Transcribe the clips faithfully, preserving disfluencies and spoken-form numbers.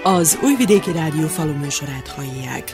Az Újvidéki Rádió faluműsorát hallják.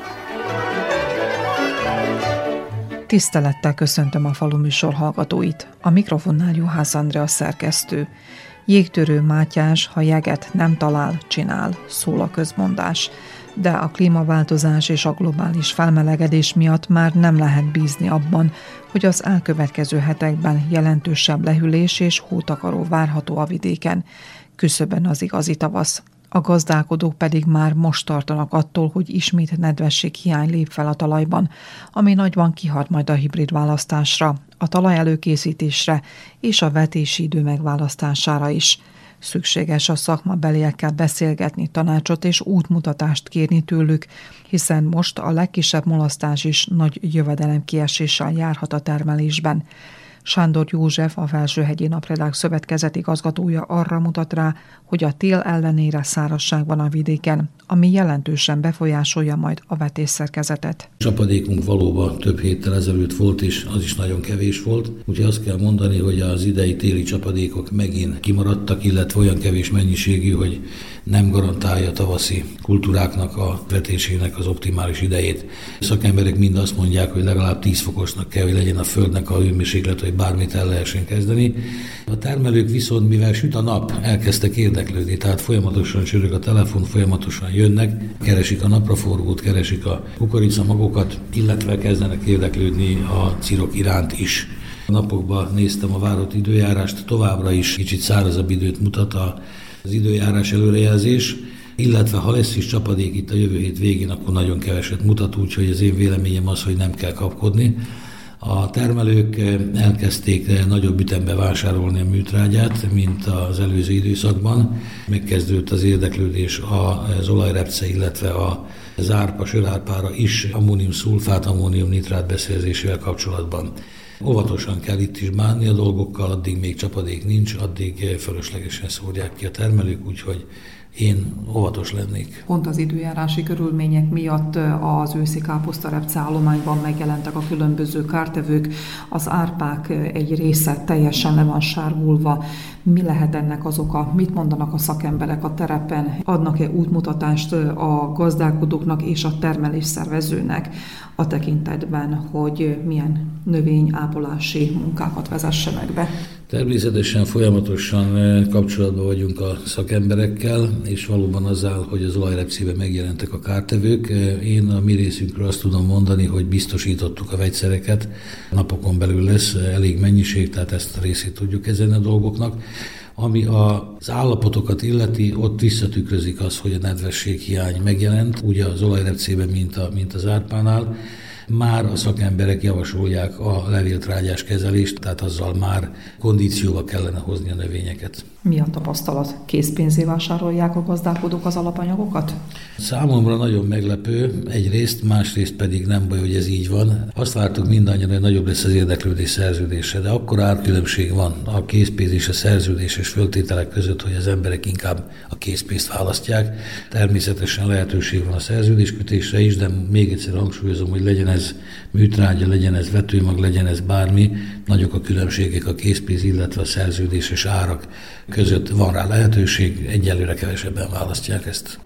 Tisztelettel köszöntöm a faluműsor hallgatóit. A mikrofonnál Juhász Andrea szerkesztő. Jégtörő Mátyás, ha jeget nem talál, csinál, szól a közmondás. De a klímaváltozás és a globális felmelegedés miatt már nem lehet bízni abban, hogy az elkövetkező hetekben jelentősebb lehűlés és hótakaró várható a vidéken. Küszöbön az igazi tavasz. A gazdálkodók pedig már most tartanak attól, hogy ismét nedvességhiány lép fel a talajban, ami nagyban kihat majd a hibrid választásra, a talaj előkészítésre és a vetési idő megválasztására is. Szükséges a szakmabeliekkel beszélgetni, tanácsot és útmutatást kérni tőlük, hiszen most a legkisebb mulasztás is nagy jövedelemkieséssel járhat a termelésben. Sándor József, a Felsőhegyi Napredák Szövetkezet igazgatója arra mutat rá, hogy a tél ellenére szárazság van a vidéken, ami jelentősen befolyásolja majd a vetésszerkezetet. Csapadékunk valóban több héttel ezelőtt volt, és az is nagyon kevés volt. Úgyhogy azt kell mondani, hogy az idei téli csapadékok megint kimaradtak, illetve olyan kevés mennyiségű, hogy nem garantálja a tavaszi kultúráknak a vetésének az optimális idejét. A szakemberek mind azt mondják, hogy legalább tíz fokosnak kell, hogy legyen a földnek a hőmérséklet, hogy bármit el lehessen kezdeni. A termelők viszont, mivel süt a nap, elkezdtek érdeklődni, tehát folyamatosan csörög a telefon, folyamatosan jönnek, keresik a napraforgót, keresik a kukoricamagokat, illetve kezdenek érdeklődni a cirok iránt is. A napokban néztem a várott időjárást, továbbra is kicsit szárazabb időt mutat az időjárás előrejelzés, illetve ha lesz is csapadék itt a jövő hét végén, akkor nagyon keveset mutat, úgyhogy az én véleményem az, hogy nem kell kapkodni. A termelők elkezdték nagyobb ütembe vásárolni a műtrágyát, mint az előző időszakban. Megkezdődött az érdeklődés az olajrepce, illetve az árpa, sörárpára is ammónium-szulfát, ammónium-nitrát beszerzésével kapcsolatban. Óvatosan kell itt is bánni a dolgokkal, addig még csapadék nincs, addig fölöslegesen szórják ki a termelők, úgyhogy én óvatos lennék. Pont az időjárási körülmények miatt az őszi káposztarepce állományban megjelentek a különböző kártevők, az árpák egy része teljesen le van sárgulva. Mi lehet ennek az oka? Mit mondanak a szakemberek a terepen? Adnak-e útmutatást a gazdálkodóknak és a termelésszervezőnek a tekintetben, hogy milyen növényápolási munkákat vezessenek be? Természetesen folyamatosan kapcsolatban vagyunk a szakemberekkel, és valóban az áll, hogy az olajrepcében megjelentek a kártevők. Én a mi részünkről azt tudom mondani, hogy biztosítottuk a vegyszereket, napokon belül lesz elég mennyiség, tehát ezt a részét tudjuk kezelni a dolgoknak. Ami az állapotokat illeti, ott visszatükrözik az, hogy a nedvességhiány megjelent, ugye az olajrepcében, mint, a, mint az árpánál. Már a szakemberek javasolják a levéltrágyás kezelést, tehát azzal már kondícióba kellene hozni a növényeket. Mi a tapasztalat? Készpénzé vásárolják a gazdálkodók az alapanyagokat? Számomra nagyon meglepő, egyrészt, másrészt pedig nem baj, hogy ez így van. Azt vártuk mindannyian, hogy nagyobb lesz az érdeklődés szerződése, de akkor árkülönbség van a készpénz és a szerződéses föltételek között, hogy az emberek inkább a készpénzt választják. Természetesen lehetőség van a szerződéskötésre is, de még egyszer hangsúlyozom, hogy legyen ez műtrágya, legyen ez vetőmag, legyen ez bármi, nagyok a különbségek a készpénz, illetve a szerződéses árak között van rá lehetőség, egyelőre kevesebben választják ezt.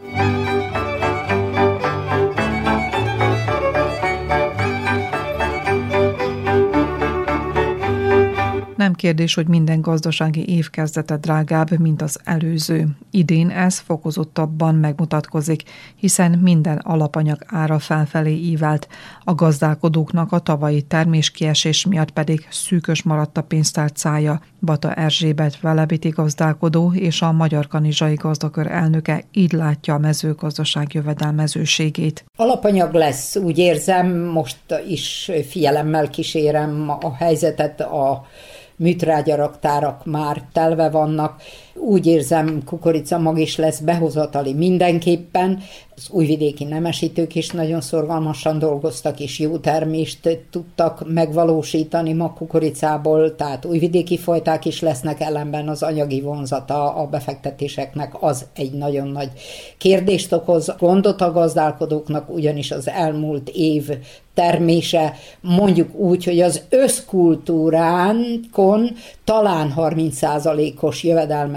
Nem kérdés, hogy minden gazdasági év kezdete drágább, mint az előző. Idén ez fokozottabban megmutatkozik, hiszen minden alapanyag ára felfelé ívelt. A gazdálkodóknak a tavalyi terméskiesés miatt pedig szűkös maradt a pénztárcája. Bata Erzsébet velebiti gazdálkodó és a Magyar Kanizsai Gazdakör elnöke így látja a mezőgazdaság jövedelmezőségét. Alapanyag lesz, úgy érzem, most is figyelemmel kísérem a helyzetet, a műtrágyaraktárak már telve vannak. Úgy érzem, kukoricamag is lesz, behozatali mindenképpen. Az újvidéki nemesítők is nagyon szorgalmasan dolgoztak, és jó termést tudtak megvalósítani magkukoricából, tehát újvidéki fajták is lesznek, ellenben az anyagi vonzata a befektetéseknek az egy nagyon nagy kérdést okoz. Gondot a gazdálkodóknak, ugyanis az elmúlt év termése mondjuk úgy, hogy az összkultúránkon talán harminc százalékos jövedelmet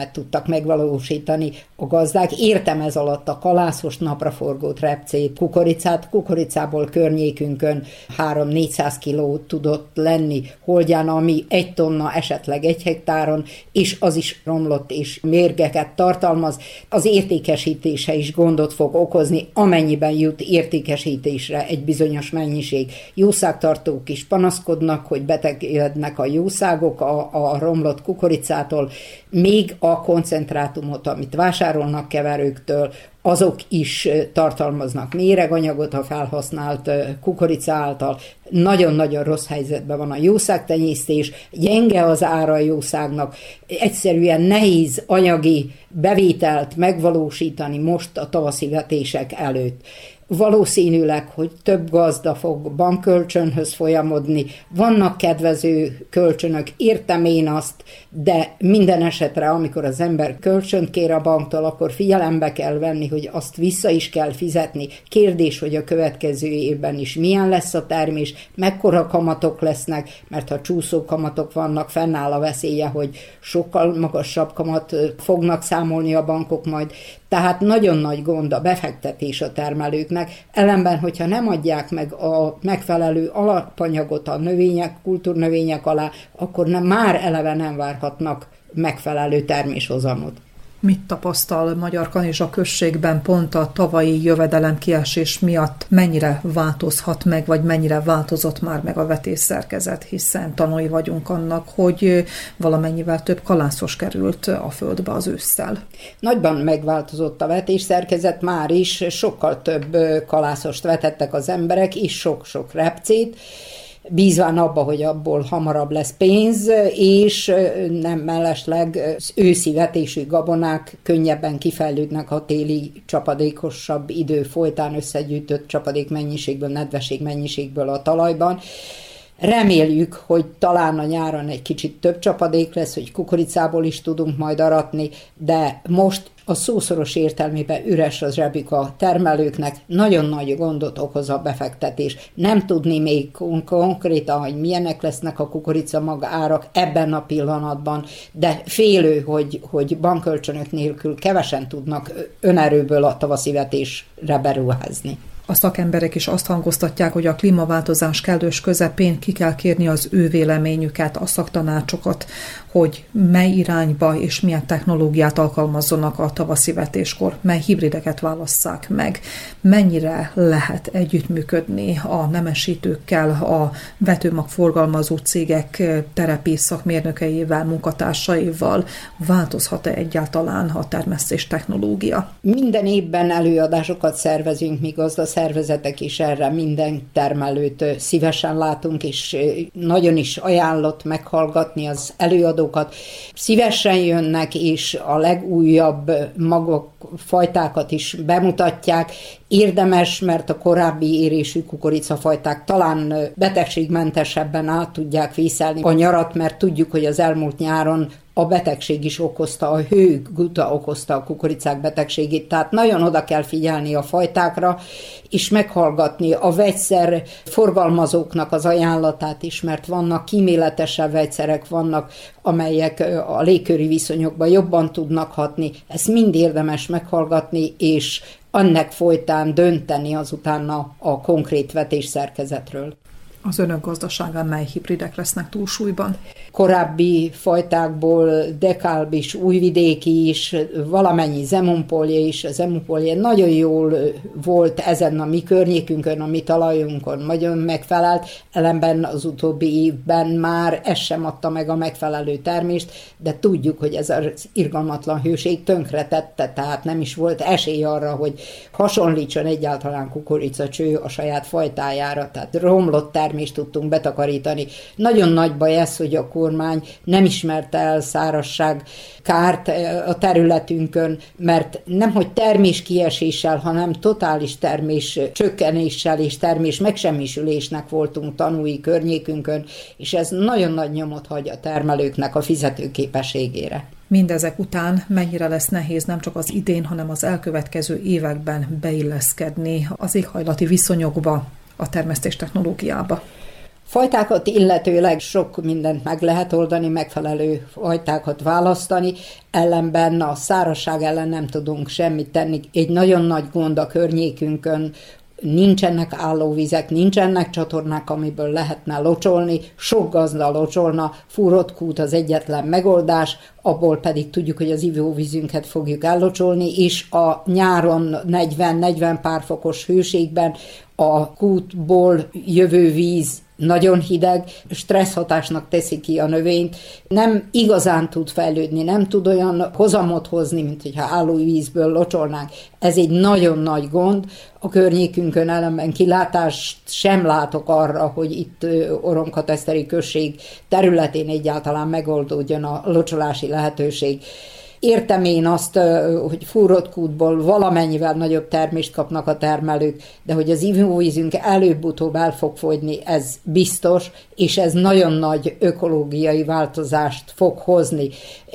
jövedelmet tudtak megvalósítani a gazdák. Értem ez alatt a kalászos, napraforgót, repcét, kukoricát. Kukoricából környékünkön három-négyszáz kiló tudott lenni holdján, ami egy tonna esetleg egy hektáron, és az is romlott és mérgeket tartalmaz. Az értékesítése is gondot fog okozni, amennyiben jut értékesítésre egy bizonyos mennyiség. Jószágtartók is panaszkodnak, hogy betegednek a jószágok a, a romlott kukoricától, még a koncentrátumot, amit vásárolnak keverőktől, azok is tartalmaznak méreganyagot a felhasznált kukorica által. Nagyon-nagyon rossz helyzetben van a jószágtenyésztés, gyenge az ára a jószágnak, egyszerűen nehéz anyagi bevételt megvalósítani most a tavaszi vetések előtt. Valószínűleg, hogy több gazda fog bankkölcsönhöz folyamodni, vannak kedvező kölcsönök, értem én azt, de minden esetre, amikor az ember kölcsönt kér a banktól, akkor figyelembe kell venni, hogy azt vissza is kell fizetni. Kérdés, hogy a következő évben is milyen lesz a termés, mekkora kamatok lesznek, mert ha csúszó kamatok vannak, fennáll a veszélye, hogy sokkal magasabb kamat fognak számolni a bankok majd. Tehát nagyon nagy gond a befektetés a termelőknek, ellenben, hogyha nem adják meg a megfelelő alapanyagot a növények, kultúrnövények alá, akkor nem, már eleve nem várhatnak megfelelő terméshozamot. Mit tapasztal Magyarkanizsa községben pont a tavalyi jövedelemkiesés miatt? Mennyire változhat meg, vagy mennyire változott már meg a vetésszerkezet, hiszen tanúi vagyunk annak, hogy valamennyivel több kalászos került a földbe az ősszel. Nagyban megváltozott a vetésszerkezet, már is sokkal több kalászost vetettek az emberek, és sok-sok repcét, bízván abba, hogy abból hamarabb lesz pénz, és nem mellesleg az őszi vetésű gabonák könnyebben kifejlődnek a téli csapadékosabb idő folytán összegyűjtött csapadék mennyiségből, nedvesség mennyiségből a talajban. Reméljük, hogy talán a nyáron egy kicsit több csapadék lesz, hogy kukoricából is tudunk majd aratni, de most a szószoros értelmében üres az zsebük a termelőknek, nagyon nagy gondot okoz a befektetés. Nem tudni még konkrétan, hogy milyenek lesznek a kukorica maga árak ebben a pillanatban, de félő, hogy, hogy bankkölcsönök nélkül kevesen tudnak önerőből a tavaszi vetésre beruházni. A szakemberek is azt hangoztatják, hogy a klímaváltozás kellős közepén ki kell kérni az ő véleményüket, a szaktanácsokat, hogy mely irányba és milyen technológiát alkalmazzanak a tavaszi vetéskor, mely hibrideket válasszák meg, mennyire lehet együttműködni a nemesítőkkel, a vetőmag forgalmazó cégek terepi szakmérnökeivel, munkatársaival, változhat-e egyáltalán a termesztés technológia? Minden évben előadásokat szervezünk, mi gazdaszervezetek is erre, minden termelőt szívesen látunk, és nagyon is ajánlott meghallgatni az előadókat. Szívesen jönnek, és a legújabb magok, fajtákat is bemutatják. Érdemes, mert a korábbi érésű kukoricafajták talán betegségmentesebben át tudják vészelni a nyarat, mert tudjuk, hogy az elmúlt nyáron a betegség is okozta, a hőguta okozta a kukoricák betegségét, tehát nagyon oda kell figyelni a fajtákra, és meghallgatni a vegyszer forgalmazóknak az ajánlatát is, mert vannak kíméletesebb vegyszerek, vannak, amelyek a légköri viszonyokban jobban tudnak hatni. Ezt mind érdemes meghallgatni, és annak folytán dönteni azután a, a konkrét vetésszerkezetről. Az önök gazdaságán mely hibridek lesznek túlsúlyban? Korábbi fajtákból Dekálbis, újvidéki is, valamennyi zemunpolje is, a zemunpolje nagyon jól volt ezen a mi környékünkön, a mi talajunkon, nagyon megfelelt, ellenben az utóbbi évben már ez sem adta meg a megfelelő termést, de tudjuk, hogy ez az irgalmatlan hőség tönkretette, tehát nem is volt esély arra, hogy hasonlítson egyáltalán kukoricacső a saját fajtájára, tehát romlott termést tudtunk betakarítani. Nagyon nagy baj ez, hogy a kormány nem ismerte el szárazság kárt a területünkön, mert nemhogy termés kieséssel, hanem totális termés csökkenéssel és termés megsemmisülésnek voltunk tanúi környékünkön, és ez nagyon nagy nyomot hagy a termelőknek a fizetőképességére. Mindezek után mennyire lesz nehéz nem csak az idén, hanem az elkövetkező években beilleszkedni az éghajlati viszonyokba, a termesztés technológiába? Fajtákat illetőleg sok mindent meg lehet oldani, megfelelő fajtákat választani, ellenben a szárazság ellen nem tudunk semmit tenni. Egy nagyon nagy gond a környékünkön, nincsenek állóvizek, nincsenek csatornák, amiből lehetne locsolni, sok gazda locsolna, fúrott kút az egyetlen megoldás, abból pedig tudjuk, hogy az ivóvízünket fogjuk ellocsolni, és a nyáron negyven-negyven pár fokos hőségben a kútból jövő víz nagyon hideg, stresszhatásnak teszi ki a növényt, nem igazán tud fejlődni, nem tud olyan hozamot hozni, mint hogyha állóvízből locsolnánk. Ez egy nagyon nagy gond. A környékünkön ellenben kilátást sem látok arra, hogy itt Oromkateszteri község területén egyáltalán megoldódjon a locsolási lehetőség. Értem én azt, hogy fúrott kútból valamennyivel nagyobb termést kapnak a termelők, de hogy az ivóvízünk előbb-utóbb el fog fogyni, ez biztos, és ez nagyon nagy ökológiai változást fog hozni.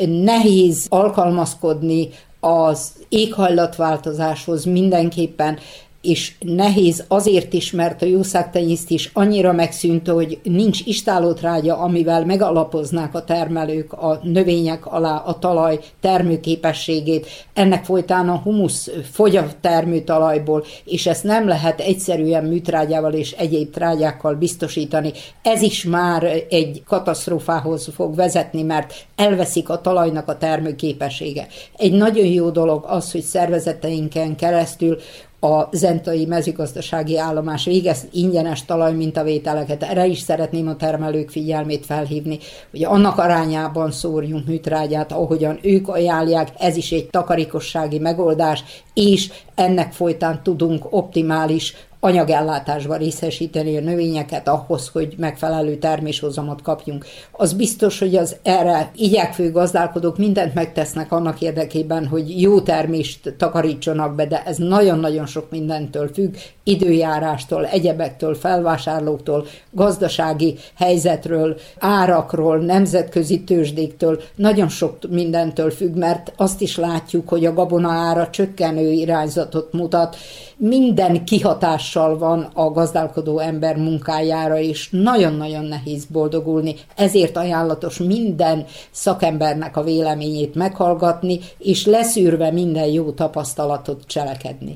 Nehéz alkalmazkodni az éghajlatváltozáshoz mindenképpen, és nehéz azért is, mert a jószágtenyészt is annyira megszűnt, hogy nincs istállótrágya, amivel megalapoznák a termelők a növények alá a talaj termőképességét. Ennek folytán a humusz fogy a termőtalajból, és ezt nem lehet egyszerűen műtrágyával és egyéb trágyákkal biztosítani. Ez is már egy katasztrófához fog vezetni, mert elveszik a talajnak a termőképessége. Egy nagyon jó dolog az, hogy szervezeteinken keresztül a zentai mezőgazdasági állomás végez ingyenes talajmintavételeket. Erre is szeretném a termelők figyelmét felhívni, hogy annak arányában szórjunk műtrágyát, ahogyan ők ajánlják, ez is egy takarékossági megoldás, és ennek folytán tudunk optimális anyagellátásban részesíteni a növényeket ahhoz, hogy megfelelő terméshozamot kapjunk. Az biztos, hogy az erre igyekvő gazdálkodók mindent megtesznek annak érdekében, hogy jó termést takarítsanak be, de ez nagyon-nagyon sok mindentől függ, időjárástól, egyebektől, felvásárlóktól, gazdasági helyzetről, árakról, nemzetközi tőzsdéktől, nagyon sok mindentől függ, mert azt is látjuk, hogy a gabona ára csökkenő irányzatot mutat, minden kihatással van a gazdálkodó ember munkájára, és nagyon-nagyon nehéz boldogulni. Ezért ajánlatos minden szakembernek a véleményét meghallgatni, és leszűrve minden jó tapasztalatot cselekedni.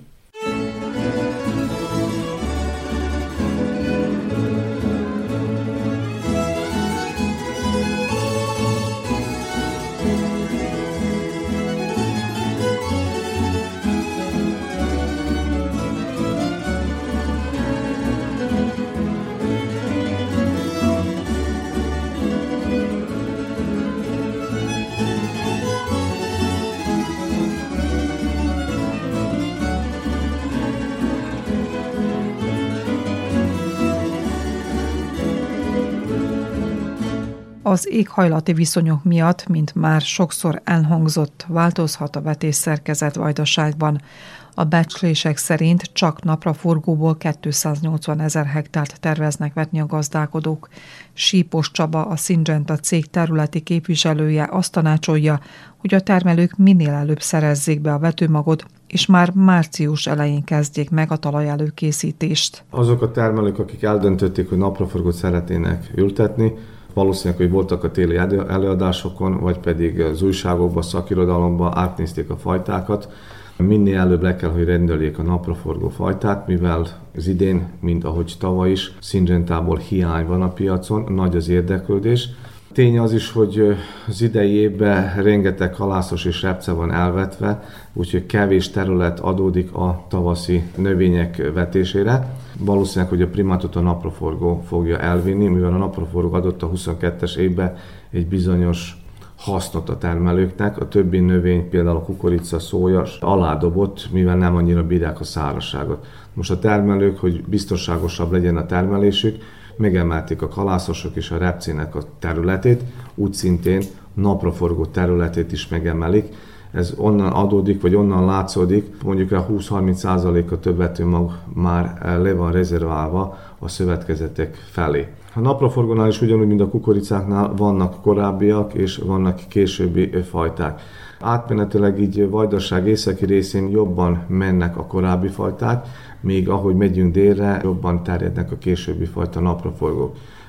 Az éghajlati viszonyok miatt, mint már sokszor elhangzott, változhat a vetésszerkezet Vajdaságban. A becslések szerint csak napraforgóból kétszáznyolcvan ezer hektárt terveznek vetni a gazdálkodók. Sípos Csaba, a Syngenta cég területi képviselője azt tanácsolja, hogy a termelők minél előbb szerezzék be a vetőmagot, és már március elején kezdjék meg a talajelőkészítést. Azok a termelők, akik eldöntötték, hogy napraforgót szeretnének ültetni, valószínűleg, hogy voltak a téli előadásokon, vagy pedig az újságokban, szakirodalomban átnézték a fajtákat. Minél előbb le kell, hogy rendeljék a napraforgó fajtát, mivel az idén, mint ahogy tavaly is, Syngentából hiány van a piacon, nagy az érdeklődés. Tény az is, hogy az idei évben rengeteg halászos és repce van elvetve, úgyhogy kevés terület adódik a tavaszi növények vetésére. Valószínűleg, hogy a primátot a napraforgó fogja elvinni, mivel a napraforgó adott a huszonkettes évben egy bizonyos hasznot a termelőknek, a többi növény, például a kukorica, szója aládobott, mivel nem annyira bírják a szárazságot. Most a termelők, hogy biztonságosabb legyen a termelésük, megemelték a kalászosok és a repcének a területét, úgy szintén napraforgó területét is megemelik. Ez onnan adódik, vagy onnan látszódik, mondjuk a húsz-harminc százaléka több vetőmag már le van rezerválva a szövetkezetek felé. A napraforgónál is ugyanúgy, mint a kukoricáknál vannak korábbiak és vannak későbbi fajták. Átmenetileg így Vajdaság északi részén jobban mennek a korábbi fajták, míg ahogy megyünk délre, jobban terjednek a későbbi fajta napraforgók.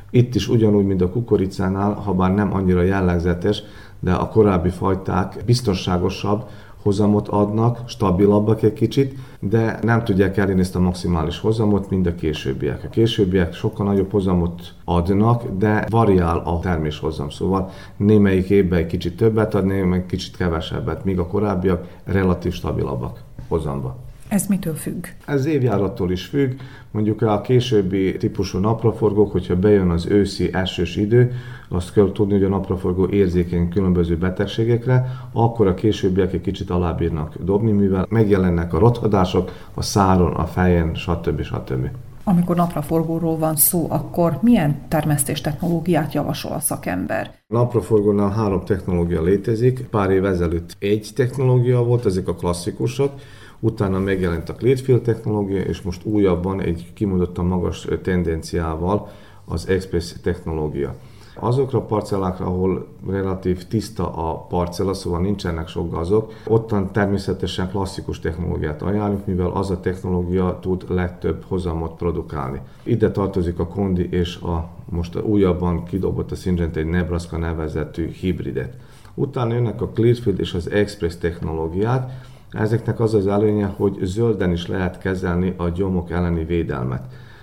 Itt is ugyanúgy, mint a kukoricánál, ha bár nem annyira jellegzetes, de a korábbi fajták biztonságosabb hozamot adnak, stabilabbak egy kicsit, de nem tudják elérni ezt a maximális hozamot, mint a későbbiek. A későbbiek sokkal nagyobb hozamot adnak, de variál a terméshozam. Szóval némelyik évben egy kicsit többet ad, némelyik kicsit kevesebbet, míg a korábbiak relatív stabilabbak hozamban. Ez mitől függ? Ez évjárattól is függ. Mondjuk a későbbi típusú napraforgók, hogyha bejön az őszi esős idő, azt kell tudni, hogy a napraforgó érzékeny különböző betegségekre, akkor a későbbiek egy kicsit alábírnak dobni, mivel megjelennek a rothadások a száron, a fejen, stb. stb. Amikor napraforgóról van szó, akkor milyen termesztés technológiát javasol a szakember? A napraforgónál három technológia létezik. Pár év ezelőtt egy technológia volt, ezek a klasszikusok. Utána megjelent a Clearfield technológia, és most újabban egy kimondottan magas tendenciával az Express technológia. Azokra a parcellákra, ahol relatív tiszta a parcella, szóval nincsenek sok gazok, ottan természetesen klasszikus technológiát ajánljuk, mivel az a technológia tud legtöbb hozamot produkálni. Ide tartozik a Condi és a most újabban kidobott a Syngenta egy Nebraska nevezetű hibridet. Utána jönnek a Clearfield és az Express technológiát. Ezeknek az az előnye, hogy zölden is lehet kezelni a gyomok elleni védelmet.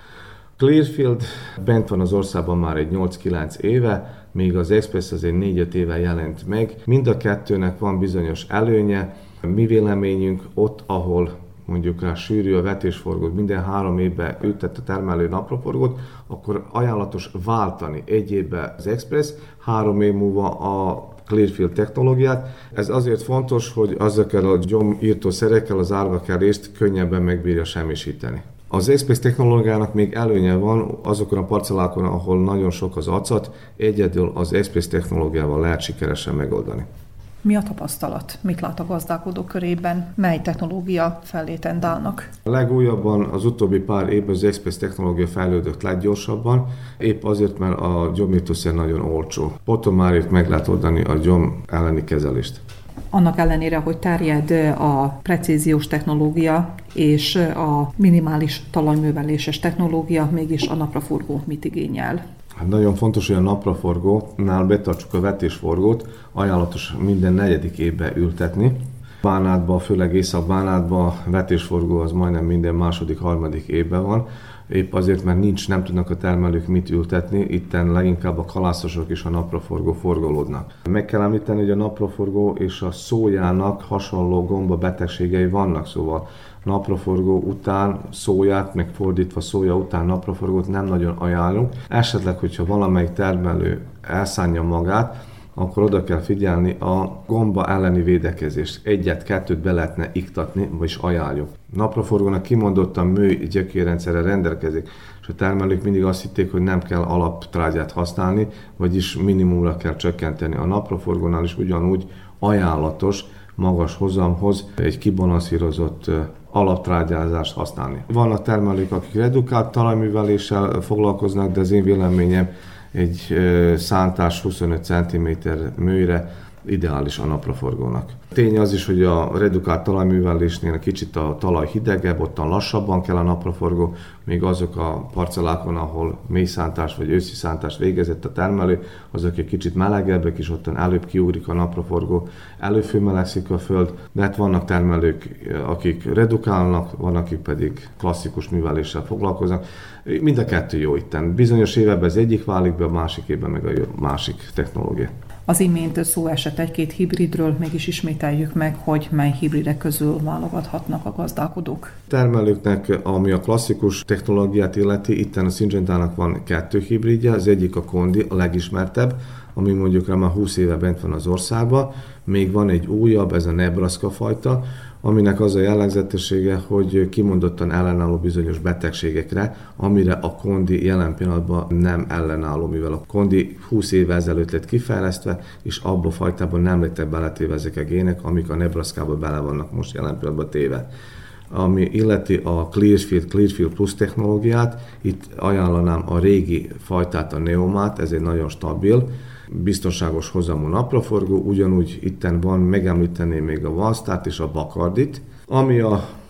Clearfield bent van az országban már egy nyolc-kilenc éve, míg az Express az egy négy-öt éve jelent meg. Mind a kettőnek van bizonyos előnye. Mi véleményünk ott, ahol mondjuk rá sűrű a vetésforgót, minden három évben ültet a termelő napraforgót, akkor ajánlatos váltani egy évben az Express, három év múlva a Clearfield technológiát. Ez azért fontos, hogy azokkal a gyomírtószerekkel az árvakerést könnyebben megbírja semmisíteni. Az Express technológiának még előnye van azokon a parcellákon, ahol nagyon sok az acat, egyedül az Express technológiával lehet sikeresen megoldani. Mi a tapasztalat? Mit lát a gazdálkodók körében? Mely technológia felléten állnak? A legújabban az utóbbi pár évben az Express technológia fejlődött leggyorsabban, épp azért, mert a gyomírtószer nagyon olcsó. Potom már itt meg lehet oldani a gyom elleni kezelést. Annak ellenére, hogy terjed a precíziós technológia és a minimális talajműveléses technológia, mégis a napraforgó mit igényel? Hát nagyon fontos, hogy a napraforgónál betartsuk a vetésforgót, ajánlatos minden negyedik évben ültetni. Bánátban, főleg Észak-Bánátban vetésforgó az majdnem minden második, harmadik évben van. Épp azért, mert nincs, nem tudnak a termelők mit ültetni, itten leginkább a kalászosok is a napraforgó forgolódnak. Meg kell említeni, hogy a napraforgó és a szójának hasonló gomba betegségei vannak, szóval napraforgó után szóját, meg fordítva szója után napraforgót nem nagyon ajánlunk. Esetleg, hogyha valamelyik termelő elszánja magát, akkor oda kell figyelni a gomba elleni védekezést. Egyet-kettőt be lehetne iktatni, vagyis ajánljuk. Napraforgónak kimondottan mű gyökérrendszerre rendelkezik, és a termelők mindig azt hitték, hogy nem kell alaptrágyát használni, vagyis minimumra kell csökkenteni. A napraforgónál is ugyanúgy ajánlatos magas hozamhoz egy kibalanszírozott alaptrágyázást használni. Vannak termelők, akik redukált talajműveléssel foglalkoznak, de az én véleményem egy szántás huszonöt centiméter műre ideális a napraforgónak. Tény az is, hogy a redukált talajművelésnél kicsit a talaj hidegebb, ottan lassabban kell a napraforgó, míg azok a parcellákon, ahol mély szántás vagy őszi szántást végezett a termelő, azok egy kicsit melegebbek, és ottan előbb kiugrik a napraforgó, előfőmelegszik a föld, de hát vannak termelők, akik redukálnak, van, akik pedig klasszikus műveléssel foglalkoznak. Mind a kettő jó itten. Bizonyos években az egyik válik be, a másik évben meg a másik technológia. Az imént szó esett egy-két hibridről, mégis ismételjük meg, hogy mely hibridek közül válogathatnak a gazdálkodók. Termelőknek, ami a klasszikus technológiát illeti, itten a Syngentának van kettő hibridje, az egyik a Condi, a legismertebb, ami mondjuk már húsz éve bent van az országban, még van egy újabb, ez a Nebraska fajta, aminek az a jellegzetessége, hogy kimondottan ellenálló bizonyos betegségekre, amire a Condi jelen pillanatban nem ellenálló, mivel a Condi húsz évvel ezelőtt lett kifejlesztve, és abban a fajtában nem lettek beletéve ezek a gének, amik a Nebraskában bele vannak most jelen pillanatban téve. Ami illeti a Clearfield, Clearfield Plus technológiát, itt ajánlanám a régi fajtát, a Neomát, ez egy nagyon stabil, biztonságos hozamú napraforgó, ugyanúgy itten van, megemlíteném még a Valstart és a Bacardit, ami a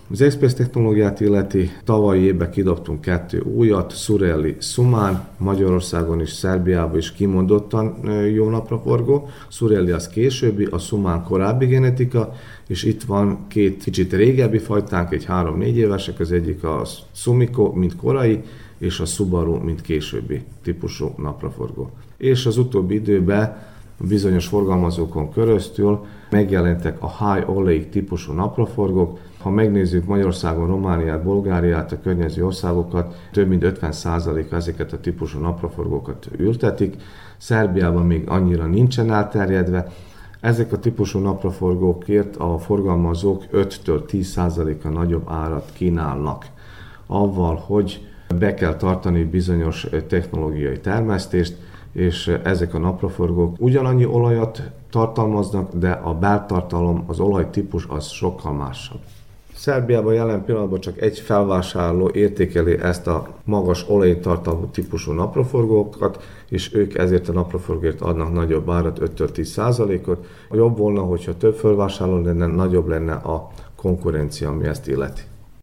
Az Express technológiát illeti, tavalyi évben kidobtunk kettő újat, Surelli Sumán, Magyarországon és Szerbiában is kimondottan jó napraforgó. Surelli az későbbi, a Sumán korábbi genetika, és itt van két kicsit régebbi fajtánk, egy három-négy évesek, az egyik a Sumiko, mint korai, és a Subaru, mint későbbi típusú napraforgó. És az utóbbi időben bizonyos forgalmazókon keresztül megjelentek a high oleic típusú napraforgók. Ha megnézzük Magyarországon, Romániát, Bulgáriát, a környező országokat, több mint ötven százaléka ezeket a típusú napraforgókat ültetik. Szerbiában még annyira nincsen elterjedve. Ezek a típusú napraforgókért a forgalmazók öttől tíz százaléka nagyobb árat kínálnak. Avval, hogy be kell tartani bizonyos technológiai termesztést, és ezek a napraforgók ugyanannyi olajat tartalmaznak, de a beltartalom, az olajtípus az sokkal másabb. Szerbiában jelen pillanatban csak egy felvásárló értékeli ezt a magas olajtartalmú típusú napraforgókat, és ők ezért a napraforgóért adnak nagyobb árat, öttől tíz százalékot. Jobb volna, hogyha több felvásárló lenne, nagyobb lenne a konkurencia, ami ezt illeti.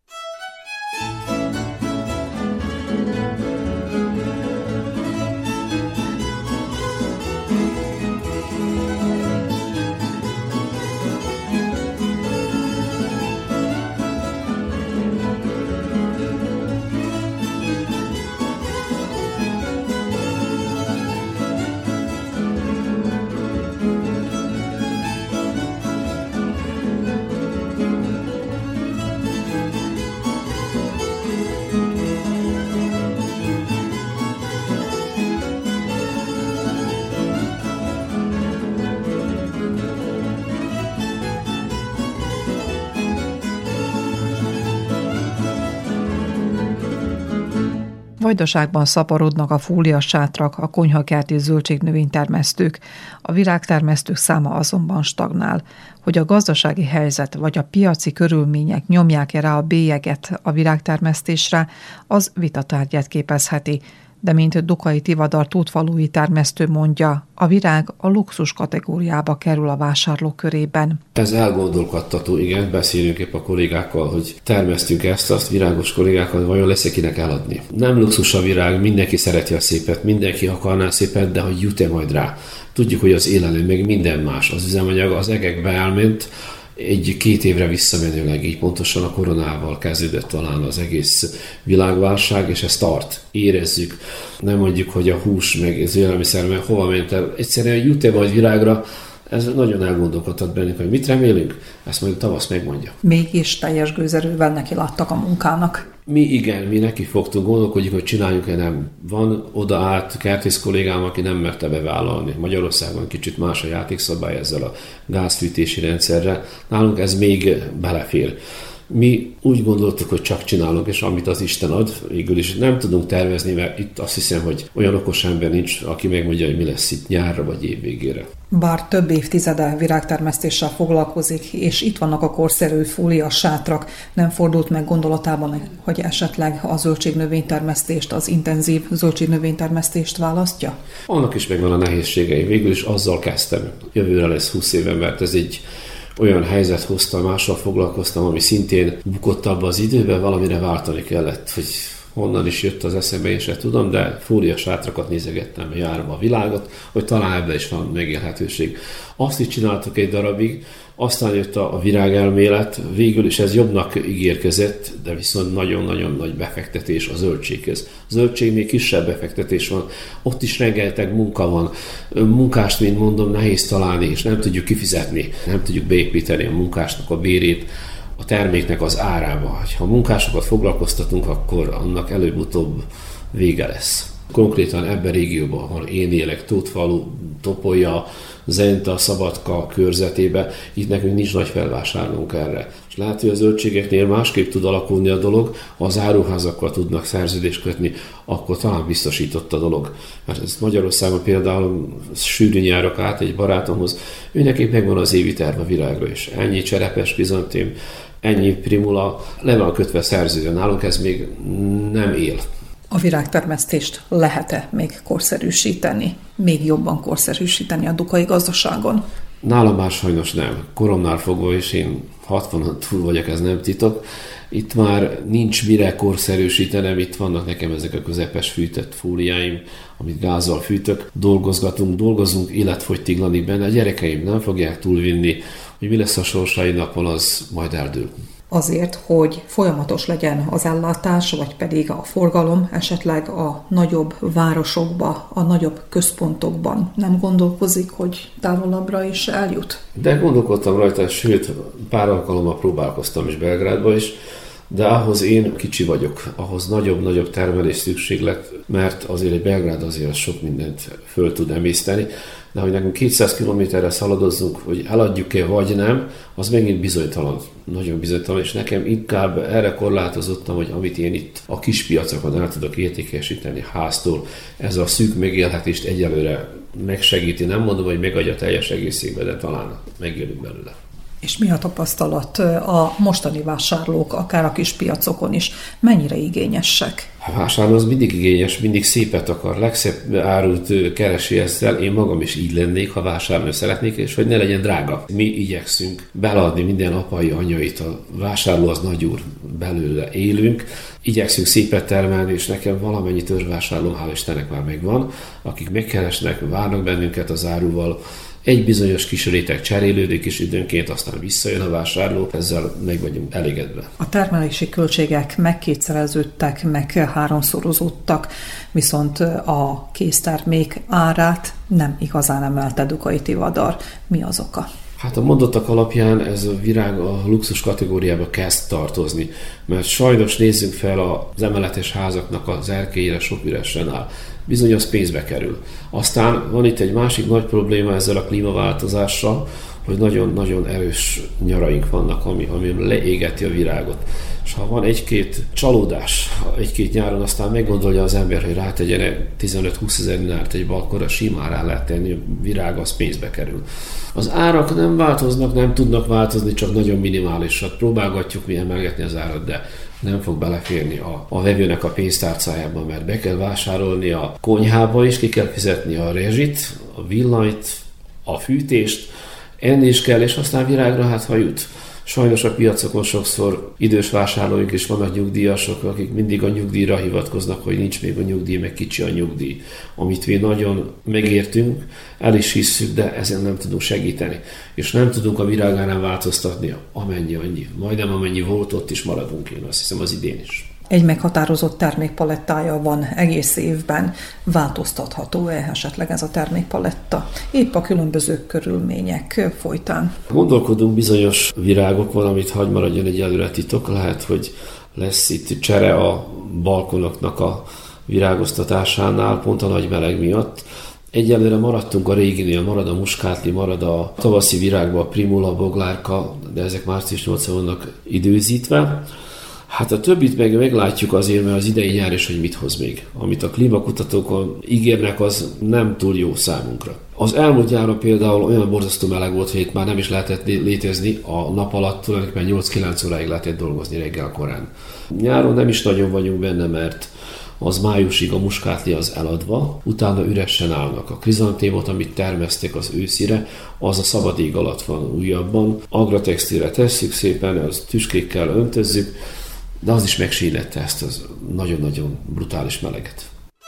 Vajdaságban szaporodnak a fóliás sátrak, a konyhakerti zöldségnövénytermesztők, a virágtermesztők száma azonban stagnál. Hogy a gazdasági helyzet vagy a piaci körülmények nyomják-e rá a bélyeget a virágtermesztésre, az vitatárgyát képezheti. De mint Dukai Tivadar tótfalui termesztő mondja, a virág a luxus kategóriába kerül a vásárlók körében. Ez elgondolkodtató, igen, beszélünk épp a kollégákkal, hogy termesztünk ezt, azt virágos kollégákkal, vajon lesz-e kinek eladni. Nem luxus a virág, mindenki szereti a szépet, mindenki akarná szépet, de hogy jut-e majd rá. Tudjuk, hogy az élelem, meg minden más, az üzemanyag az egekbe elment, egy-két évre visszamenőleg, így pontosan a koronával kezdődött talán az egész világválság, és ez tart, érezzük. Nem mondjuk, hogy a hús meg az élelmiszer, meg hova ment el. Egyszerűen jut-e majd virágra, ez nagyon elgondolkodtat bennünk, hogy mit remélünk, ezt majd tavasz megmondja. Mégis teljes gőzerővel neki láttak a munkának. Mi igen, mi neki fogtunk, gondolkodjuk, hogy csináljuk-e, nem. Van oda át kertész kollégám, aki nem merte bevállalni. Magyarországon kicsit más a játékszabály ezzel a gázfűtési rendszerrel. Nálunk ez még belefér. Mi úgy gondoltuk, hogy csak csinálunk, és amit az Isten ad, végül is nem tudunk tervezni, mert itt azt hiszem, hogy olyan okos ember nincs, aki megmondja, hogy mi lesz itt nyárra vagy év végére. Bár több évtizede virágtermesztéssel foglalkozik, és itt vannak a korszerű fóliás sátrak, nem fordult meg gondolatában, hogy esetleg a zöldségnövénytermesztést, az intenzív zöldségnövénytermesztést választja? Annak is megvan a nehézségei. Végül is azzal kezdtem. Jövőre lesz húsz éve, mert ez egy olyan helyzet hozta, mással foglalkoztam, ami szintén bukott abba az időben, valamire váltani kellett, hogy honnan is jött az eszembe, én sem tudom, de fóliás sátrakat nézegettem, járva a világot, hogy talán ebben is van megélhetőség. Azt is csináltuk egy darabig, aztán jött a virágelmélet, végül is ez jobbnak ígérkezett, de viszont nagyon-nagyon nagy befektetés a zöldséghez. A zöldségnél kisebb befektetés van, ott is rengeteg munka van. Munkást, mint mondom, nehéz találni, és nem tudjuk kifizetni, nem tudjuk beépíteni a munkásnak a bérét, a terméknek az árába. Ha munkásokat foglalkoztatunk, akkor annak előbb-utóbb vége lesz. Konkrétan ebben a régióban, ahol én élek, Tótfalu, Topolya, Zenta, Szabadka körzetében, itt nekünk nincs nagy felvásárlónk erre. És lehet, hogy a zöldségeknél másképp tud alakulni a dolog, ha az áruházakkal tudnak szerződést kötni, akkor talán biztosított a dolog. Mert ez Magyarországon például sűrűn járok át egy barátomhoz, őnek megvan az évi terv a virágra is. Ennyi cserepes krizantém, ennyi primula, le van kötve szerződő. Nálunk ez még nem él. A virágtermesztést lehet-e még korszerűsíteni, még jobban korszerűsíteni a dukai gazdaságon? Nálam már sajnos nem. Koromnál fogva, és én hatvanon túl vagyok, ez nem titok. Itt már nincs mire korszerűsítenem, itt vannak nekem ezek a közepes fűtött fóliáim, amit gázzal fűtök. Dolgozgatunk, dolgozunk, életfogytiglanik benne. A gyerekeim nem fogják túlvinni, hogy mi lesz a sorsai napon, az majd eldől. Azért, hogy folyamatos legyen az ellátás, vagy pedig a forgalom esetleg a nagyobb városokba, a nagyobb központokban nem gondolkozik, hogy távolabbra is eljut? De gondolkodtam rajta, sőt, pár alkalommal próbálkoztam is Belgrádba is, de ahhoz én kicsi vagyok, ahhoz nagyobb-nagyobb termelés szükséglet, mert azért egy Belgrád azért sok mindent föl tud emészteni, de hogy nekünk kétszáz kilométerre szaladozzunk, hogy eladjuk-e vagy nem, az megint bizonytalan, nagyon bizonytalan, és nekem inkább erre korlátozottam, hogy amit én itt a kis piacokon el tudok értékesíteni háztól, ez a szűk megélhetést egyelőre megsegíti, nem mondom, hogy megadja teljes egészségbe, de talán megjönünk belőle. És mi a tapasztalat a mostani vásárlók, akár a kis piacokon is? Mennyire igényesek? A vásárló az mindig igényes, mindig szépet akar, legszebb árut keresi ezzel. Én magam is így lennék, ha vásárolni szeretnék, és hogy ne legyen drága. Mi igyekszünk beleadni minden apai, anyait, a vásárló az nagyúr, belőle élünk. Igyekszünk szépet termelni, és nekem valamennyi törzsvásárló, hál' Istennek már megvan, akik megkeresnek, várnak bennünket az áruval. Egy bizonyos kis réteg cserélődik, és időnként aztán visszajön a vásárló, ezzel meg vagyunk elégedve. A termelési költségek megkétszereződtek, meg háromszorozódtak, viszont a késztermék árát nem igazán emelte Dukai Tivadar. Mi az oka? Hát a mondottak alapján ez a virág a luxus kategóriába kezd tartozni, mert sajnos nézzünk fel az emeletes házaknak az erkélyére, sok üresen áll. Bizony az pénzbe kerül. Aztán van itt egy másik nagy probléma ezzel a klímaváltozással, hogy nagyon-nagyon erős nyaraink vannak, ami, ami leégeti a virágot. És ha van egy-két csalódás, egy-két nyáron, aztán meggondolja az ember, hogy rátegyen tizenöt-húsz ezer dinárt egy balkonra, simán rá lehet tenni, a virág az pénzbe kerül. Az árak nem változnak, nem tudnak változni, csak nagyon minimálisat. Próbálgatjuk mi emelgetni az árat, de nem fog beleférni a, a vevőnek a pénztárcájába, mert be kell vásárolni a konyhába is, ki kell fizetni a rezsit, a villanyt, a fűtést, enni is kell, és aztán virágra hát ha jut. Sajnos a piacokon sokszor idős vásárlóink is vannak, nyugdíjasok, akik mindig a nyugdíjra hivatkoznak, hogy nincs még a nyugdíj, meg kicsi a nyugdíj. Amit mi nagyon megértünk, el is hisszük, de ezen nem tudunk segíteni. És nem tudunk a virágárán változtatni, amennyi annyi. Majdnem amennyi volt, ott is maradunk, én azt hiszem az idén is. Egy meghatározott termékpalettája van egész évben. Változtatható-e esetleg ez a termékpaletta? Épp a különböző körülmények folytán. Gondolkodunk bizonyos virágokon, amit hagy maradjon egy előre titok. Lehet, hogy lesz itt csere a balkonoknak a virágoztatásánál, pont a nagy meleg miatt. Egyelőre maradtunk a réginél, marad a muskátli, marad a tavaszi virágba, a primula, boglárka, de ezek március nyolcadikán vannak időzítve. Hát a többit meg meglátjuk azért, mert az idei nyár is, hogy mit hoz még. Amit a klímakutatók ígérnek, az nem túl jó számunkra. Az elmúlt nyáron például olyan borzasztó meleg volt, hogy itt már nem is lehetett létezni, a nap alatt tulajdonképpen nyolc-kilenc óráig lehetett dolgozni reggel korán. Nyáron nem is nagyon vagyunk benne, mert az májusig a muskátli az eladva, utána üresen állnak. A krizantémot, amit termesztek az őszire, az a szabad ég alatt van újabban. Agratextilre tesszük szépen, az tüskékkel öntözzük, de az is megsínlette ezt az nagyon-nagyon brutális meleget.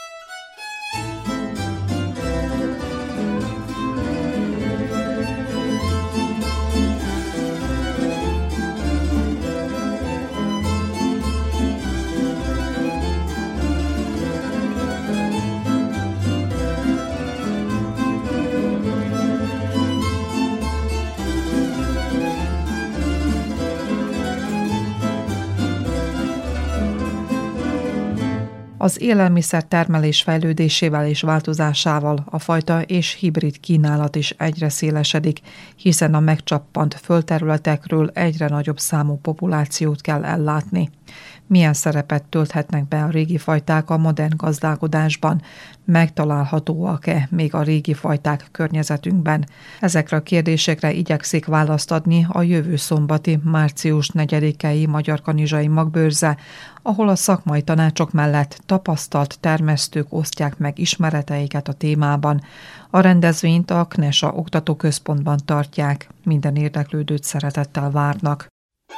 Az élelmiszer termelés fejlődésével és változásával a fajta és hibrid kínálat is egyre szélesedik, hiszen a megcsappant földterületekről egyre nagyobb számú populációt kell ellátni. Milyen szerepet tölthetnek be a régi fajták a modern gazdálkodásban? Megtalálhatóak-e még a régi fajták környezetünkben? Ezekre a kérdésekre igyekszik választ adni a jövő szombati, március negyedikei Magyar Kanizsai Magbőrze, ahol a szakmai tanácsok mellett tapasztalt termesztők osztják meg ismereteiket a témában. A rendezvényt a Knesa Oktatóközpontban tartják, minden érdeklődőt szeretettel várnak.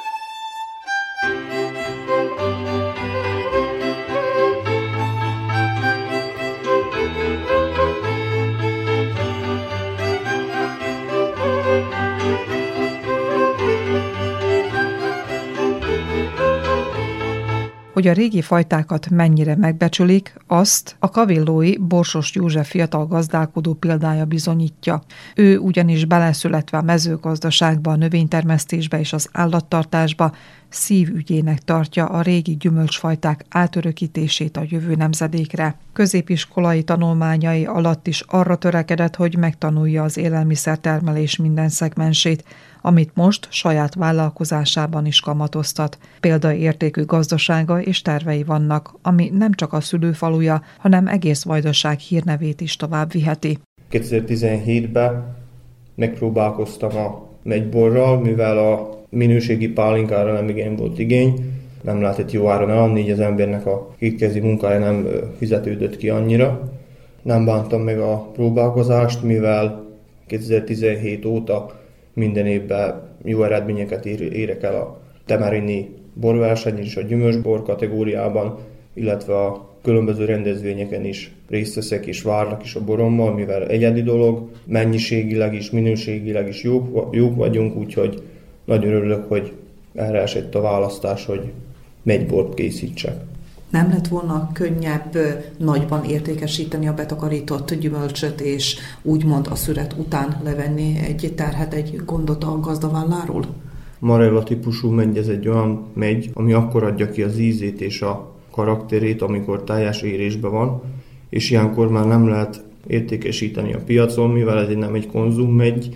Hogy a régi fajtákat mennyire megbecsülik, azt a kavillói Borsos József fiatal gazdálkodó példája bizonyítja. Ő ugyanis beleszületve a mezőgazdaságba, a növénytermesztésbe és az állattartásba szívügyének tartja a régi gyümölcsfajták átörökítését a jövő nemzedékre. Középiskolai tanulmányai alatt is arra törekedett, hogy megtanulja az élelmiszertermelés minden szegmensét, amit most saját vállalkozásában is kamatoztat. Példaértékű gazdasága és tervei vannak, ami nem csak a szülőfaluja, hanem egész Vajdaság hírnevét is tovább viheti. kétezer-tizenhétben megpróbálkoztam a megyborral, mivel a minőségi pálinkára nem igen volt igény, nem lehetett jó áron eladni, így az embernek a kétkezi munkája nem fizetődött ki annyira. Nem bántam meg a próbálkozást, mivel kétezer-tizenhét óta minden évben jó eredményeket érek el a temerini borversenyen és a gyümölcsbor kategóriában, illetve a különböző rendezvényeken is részt veszek és várnak is a borommal, mivel egyedi dolog, mennyiségileg is, minőségileg is jók, jók vagyunk, úgyhogy nagyon örülök, hogy erre esett a választás, hogy megybort készítsek. Nem lett volna könnyebb nagyban értékesíteni a betakarított gyümölcsöt, és úgymond a szüret után levenni egy terhet, egy gondot a gazdaválláról? Marella típusú megy, ez egy olyan megy, ami akkor adja ki az ízét és a karakterét, amikor teljes érésben van, és ilyenkor már nem lehet értékesíteni a piacon, mivel ez nem egy konzum megy,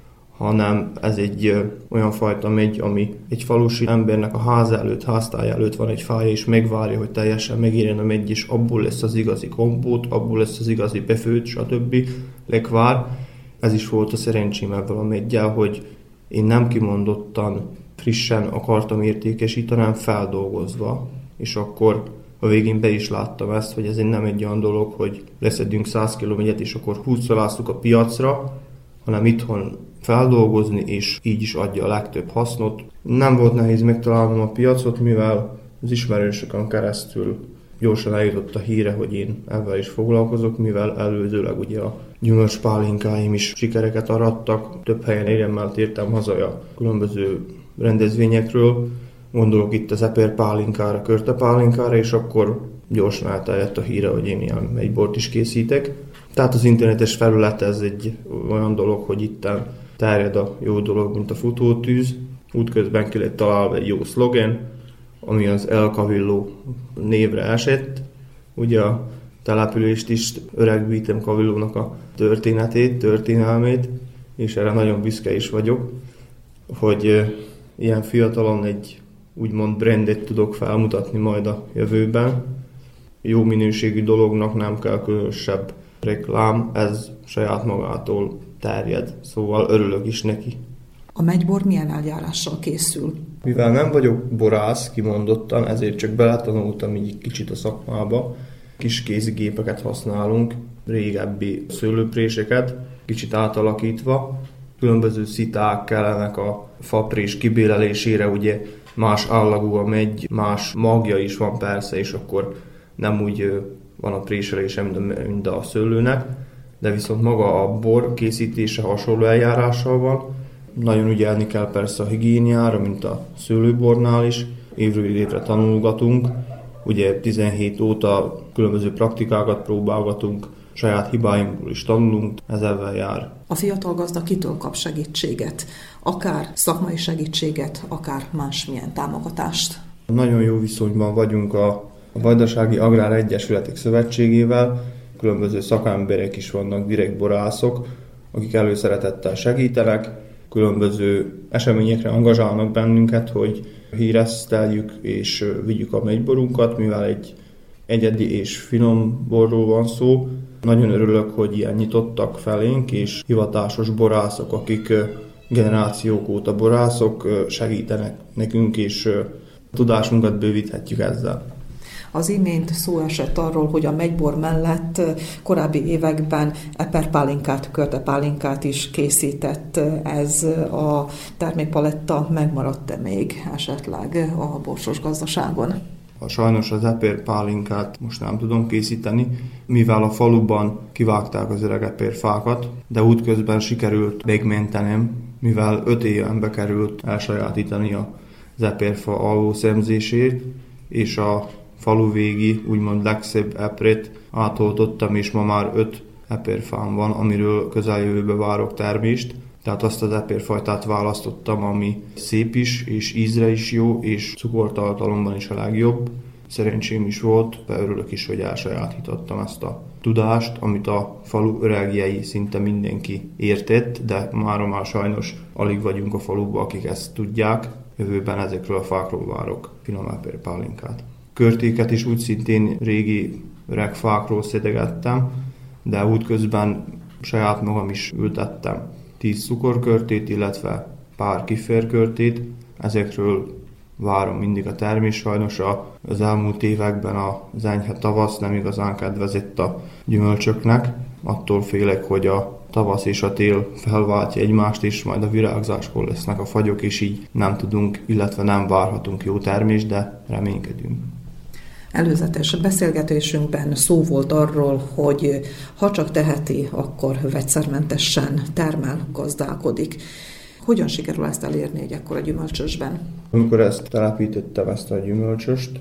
hanem ez egy ö, olyan fajta megy, ami egy falusi embernek a ház előtt, háztája előtt van egy fája, és megvárja, hogy teljesen megérjen a megy, és abból lesz az igazi kompót, abból lesz az igazi befőtt, stb. Lekvár. Ez is volt a szerencsém ebben a meggyel, hogy én nem kimondottan frissen akartam értékesíteni, hanem feldolgozva, és akkor a végén be is láttam ezt, hogy ez nem egy olyan dolog, hogy leszedünk száz kiló megyet, és akkor húszszalásztuk a piacra, hanem itthon feldolgozni, és így is adja a legtöbb hasznot. Nem volt nehéz megtalálnom a piacot, mivel az ismerősökön keresztül gyorsan eljutott a híre, hogy én ezzel is foglalkozok, mivel előzőleg ugye a gyümölcspálinkáim is sikereket arattak. Több helyen éremmel tértem haza a különböző rendezvényekről. Gondolok itt az eper pálinkára, körte pálinkára, és akkor gyorsan elterjedt a híre, hogy én ilyen egy bort is készítek. Tehát az internetes felület ez egy olyan dolog, hogy itt terjed a jó dolog, mint a futótűz. Útközben ki lett találva egy jó szlogen, ami az El Cavillo névre esett. Ugye a települést is öregbítem Cavillónak a történetét, történelmét, és erre nagyon büszke is vagyok, hogy ilyen fiatalon egy úgymond brandet tudok felmutatni majd a jövőben. Jó minőségű dolognak nem kell különösebb reklám, ez saját magától terjed, szóval örülök is neki. A megybor milyen eljárással készül? Mivel nem vagyok borász kimondottan, ezért csak beletanultam így kicsit a szakmába. Kis kézigépeket használunk, régebbi szőlőpréseket, kicsit átalakítva. Különböző sziták kellenek a faprés kibélelésére, ugye más állagú a megy, más magja is van persze, és akkor nem úgy van a préselése, mint a szőlőnek, de viszont maga a bor készítése hasonló eljárással van. Nagyon ügyelni kell persze a higiéniára, mint a szőlőbornál is. Évről évre tanulgatunk. Ugye tizenhét óta különböző praktikákat próbálgatunk, saját hibáinkból is tanulunk, ez ebben jár. A fiatal gazda kitől kap segítséget? Akár szakmai segítséget, akár másmilyen támogatást? Nagyon jó viszonyban vagyunk a Vajdasági Agrár Egyesületek Szövetségével. Különböző szakemberek is vannak, direkt borászok, akik előszeretettel segítenek. Különböző eseményekre angazsálnak bennünket, hogy híreszteljük és vigyük a megyborunkat, mivel egy egyedi és finom borról van szó. Nagyon örülök, hogy ilyen nyitottak felénk, és hivatásos borászok, akik generációk óta borászok, segítenek nekünk, és tudásunkat bővíthetjük ezzel. Az imént szó esett arról, hogy a megybor mellett korábbi években eperpálinkát, körtepálinkát is készített. Ez a termékpaletta megmaradt-e még esetleg a borsos gazdaságon? Sajnos az epérpálinkát most nem tudom készíteni, mivel a faluban kivágták az öreg epérfákat, de útközben sikerült megmentenem, mivel öt évenbe került elsajátítani az epérfa alvószemzését, és a falu végi, úgymond legszebb eprét átoltottam, és ma már öt epérfám van, amiről közeljövőbe várok termést. Tehát azt az epérfajtát választottam, ami szép is, és ízre is jó, és cukortartalomban is a legjobb. Szerencsém is volt, de örülök is, hogy elsajátítottam ezt a tudást, amit a falu öregjei szinte mindenki értett, de mára már sajnos alig vagyunk a faluban, akik ezt tudják. Jövőben ezekről a fákról várok finom epérpálinkát. Körtéket is úgy szintén régi öreg fákról szedegettem, de útközben saját magam is ültettem tíz cukorkörtét, illetve pár kiférkörtét. Ezekről várom mindig a termés. Sajnos az elmúlt években az enyhe tavasz nem igazán kedvezett a gyümölcsöknek. Attól félek, hogy a tavasz és a tél felváltja egymást, és majd a virágzáskor lesznek a fagyok, és így nem tudunk, illetve nem várhatunk jó termést, de reménykedünk. Előzetes beszélgetésünkben szó volt arról, hogy ha csak teheti, akkor vegyszermentesen termel, gazdálkodik. Hogyan sikerül ezt elérni egy ekkora gyümölcsösben? Amikor ezt telepítettem, ezt a gyümölcsöst,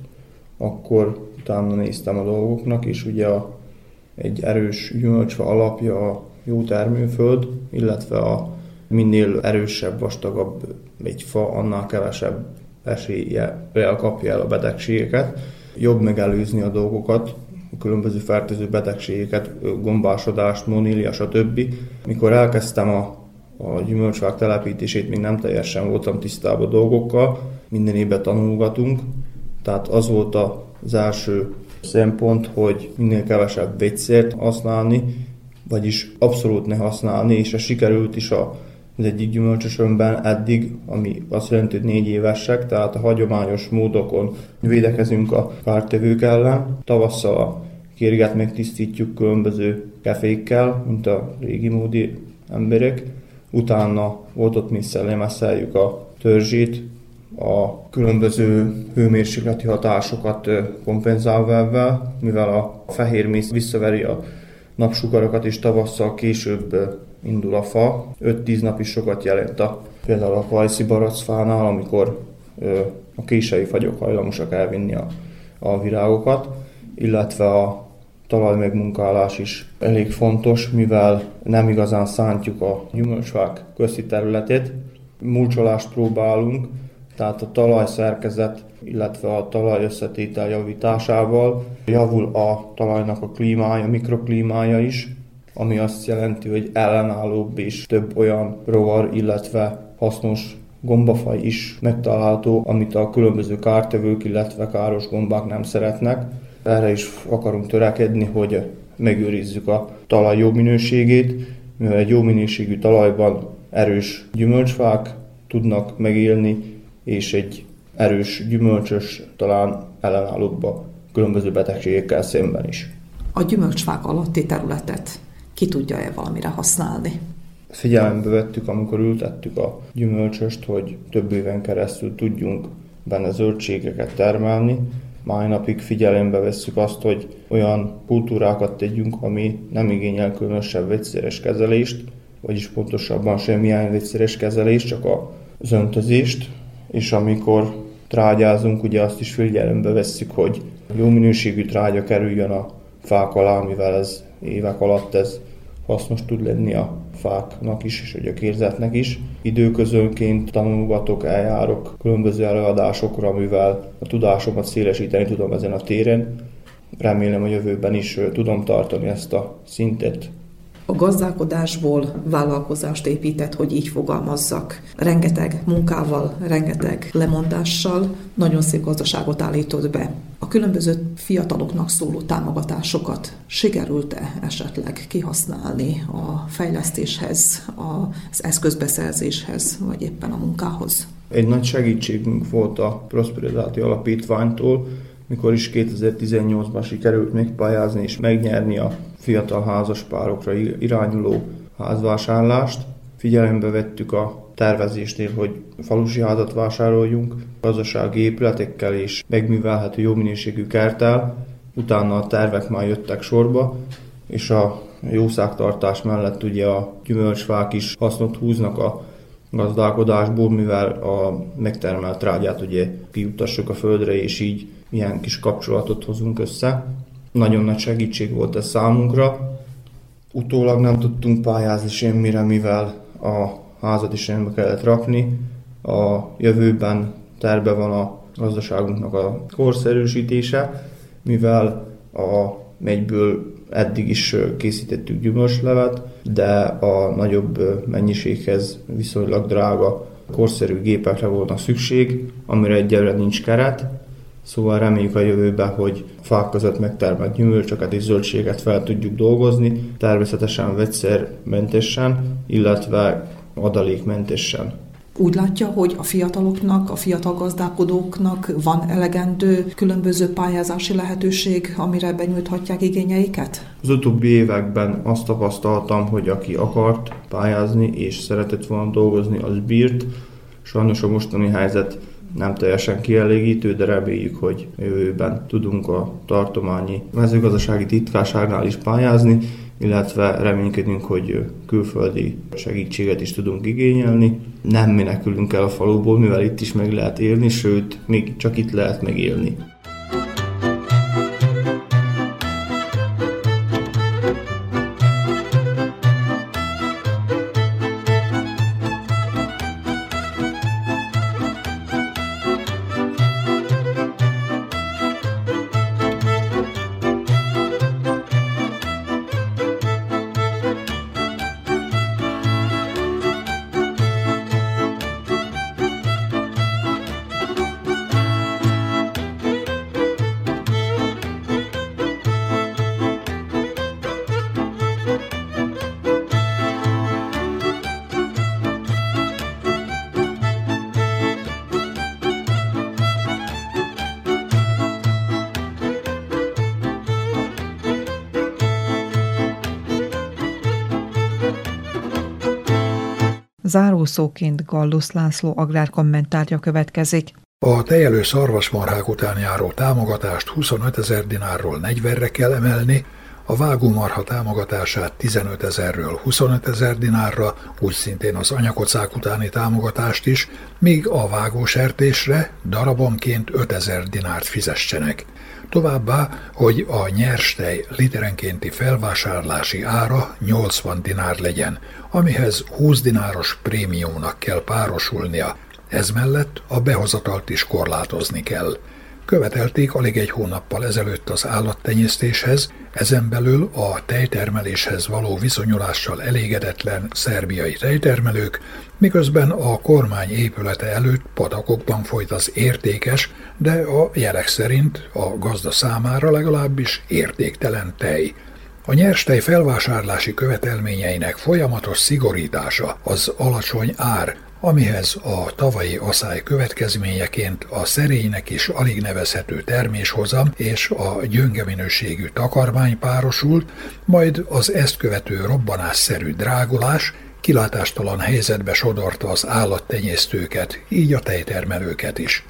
akkor utána néztem a dolgoknak, és ugye a, egy erős gyümölcsfa alapja a jó termőföld, illetve a minél erősebb, vastagabb egy fa, annál kevesebb eséllyel kapja el a betegségeket. Jobb megelőzni a dolgokat, a különböző fertőző betegségeket, gombásodást, monília, stb. Mikor elkezdtem a, a gyümölcsfák telepítését, még nem teljesen voltam tisztában a dolgokkal, minden évben tanulgatunk, tehát az volt az első szempont, hogy minél kevesebb vegyszert használni, vagyis abszolút ne használni, és ez sikerült is a az egyik gyümölcsösömben eddig, ami azt jelenti, hogy négy évesek, tehát a hagyományos módokon védekezünk a kártevők ellen. Tavasszal a kérget megtisztítjuk különböző kefékkel, mint a régi módi emberek. Utána volt ott misszellemeszeljük a törzsét, a különböző hőmérsékleti hatásokat kompenzálva, mivel a fehér mész visszaveri a napsugarakat, és tavasszal később indul a fa. öt-tíz nap is sokat jelent a, például a kajszi baracfánál, amikor ö, a kései fagyok hajlamosak elvinni a, a virágokat, illetve a talaj megmunkálás is elég fontos, mivel nem igazán szántjuk a gyümölcsfák közti területét. Mulcsolást próbálunk, tehát a talajszerkezet, illetve a talaj összetétel javításával javul a talajnak a klímája, mikroklímája is, ami azt jelenti, hogy ellenállóbb és több olyan rovar, illetve hasznos gombafaj is megtalálható, amit a különböző kártevők, illetve káros gombák nem szeretnek. Erre is akarunk törekedni, hogy megőrizzük a talaj jó minőségét, mivel egy jó minőségű talajban erős gyümölcsfák tudnak megélni, és egy erős gyümölcsös talán ellenállóbb a különböző betegségekkel szemben is. A gyümölcsfák alatti területet ki tudja-e valamire használni? Figyelembe vettük, amikor ültettük a gyümölcsöst, hogy több éven keresztül tudjunk benne zöldségeket termelni. Mai napig figyelembe vesszük azt, hogy olyan kultúrákat tegyünk, ami nem igényel különösebb vegyszeres kezelést, vagyis pontosabban semmilyen vegyszeres kezelést, csak az öntözést, és amikor trágyázunk, ugye azt is figyelembe vesszük, hogy jó minőségű trágya kerüljön a fák alá, mivel ez évek alatt ez hasznos tud lenni a fáknak is, és a gyökérzetnek is. Időközönként tanulgatok, eljárok különböző előadásokra, mivel a tudásomat szélesíteni tudom ezen a téren. Remélem, a jövőben is tudom tartani ezt a szintet. A gazdálkodásból vállalkozást épített, hogy így fogalmazzak. Rengeteg munkával, rengeteg lemondással nagyon szép gazdaságot állított be. A különböző fiataloknak szóló támogatásokat sikerült-e esetleg kihasználni a fejlesztéshez, az eszközbeszerzéshez, vagy éppen a munkához? Egy nagy segítségünk volt a Prosperitáti Alapítványtól, mikor is kétezer-tizennyolcban sikerült még pályázni és megnyerni a fiatal házaspárokra irányuló házvásárlást. Figyelembe vettük a tervezésnél, hogy falusi házat vásároljunk, gazdasági épületekkel és megművelhető jó minőségű kerttel. Utána a tervek már jöttek sorba, és a jószágtartás mellett ugye a gyümölcsfák is hasznot húznak a gazdálkodásból, mivel a megtermelt trágyát ugye kijutassuk a földre, és így ilyen kis kapcsolatot hozunk össze. Nagyon nagy segítség volt ez számunkra. Utólag nem tudtunk pályázni semmire, mivel a házat is rendbe kellett rakni. A jövőben terve van a gazdaságunknak a korszerűsítése, mivel a megyből eddig is készítettük gyümölcslevet, de a nagyobb mennyiséghez viszonylag drága, korszerű gépekre volna szükség, amire egyelőre nincs keret. Szóval reméljük a jövőben, hogy fák között megtermelt gyümölcsöket és zöldséget fel tudjuk dolgozni, természetesen vegyszermentesen, illetve adalékmentesen. Úgy látja, hogy a fiataloknak, a fiatal gazdálkodóknak van elegendő különböző pályázási lehetőség, amire benyújthatják igényeiket? Az utóbbi években azt tapasztaltam, hogy aki akart pályázni és szeretett volna dolgozni, az bírt. Sajnos a mostani helyzet nem teljesen kielégítő, de reméljük, hogy jövőben tudunk a tartományi mezőgazdasági titkárságnál is pályázni, illetve reménykedünk, hogy külföldi segítséget is tudunk igényelni. Nem menekülünk el a faluból, mivel itt is meg lehet élni, sőt, még csak itt lehet megélni. Zárószóként Gallusz László agrárkommentárja következik. A tejelő szarvasmarhák után járó támogatást huszonötezer dinárról negyvenre kell emelni, a vágómarha támogatását tizenötezerről huszonötezer dinárra, úgy szintén az anyakocák utáni támogatást is, míg a vágósertésre darabonként ötezer dinárt fizessenek. Továbbá, hogy a nyerstej literenkénti felvásárlási ára nyolcvan dinár legyen, amihez húsz dináros prémiumnak kell párosulnia, ez mellett a behozatalt is korlátozni kell. Követelték alig egy hónappal ezelőtt az állattenyésztéshez, ezen belül a tejtermeléshez való viszonyulással elégedetlen szerbiai tejtermelők, miközben a kormány épülete előtt patakokban folyt az értékes, de a jelek szerint a gazda számára legalábbis értéktelen tej. A nyerstej felvásárlási követelményeinek folyamatos szigorítása, az alacsony ár, amihez a tavalyi aszály következményeként a szerénynek is alig nevezhető terméshozam és a gyönge minőségű takarmány párosult, majd az ezt követő robbanásszerű drágulás kilátástalan helyzetbe sodorta az állattenyésztőket, így a tejtermelőket is.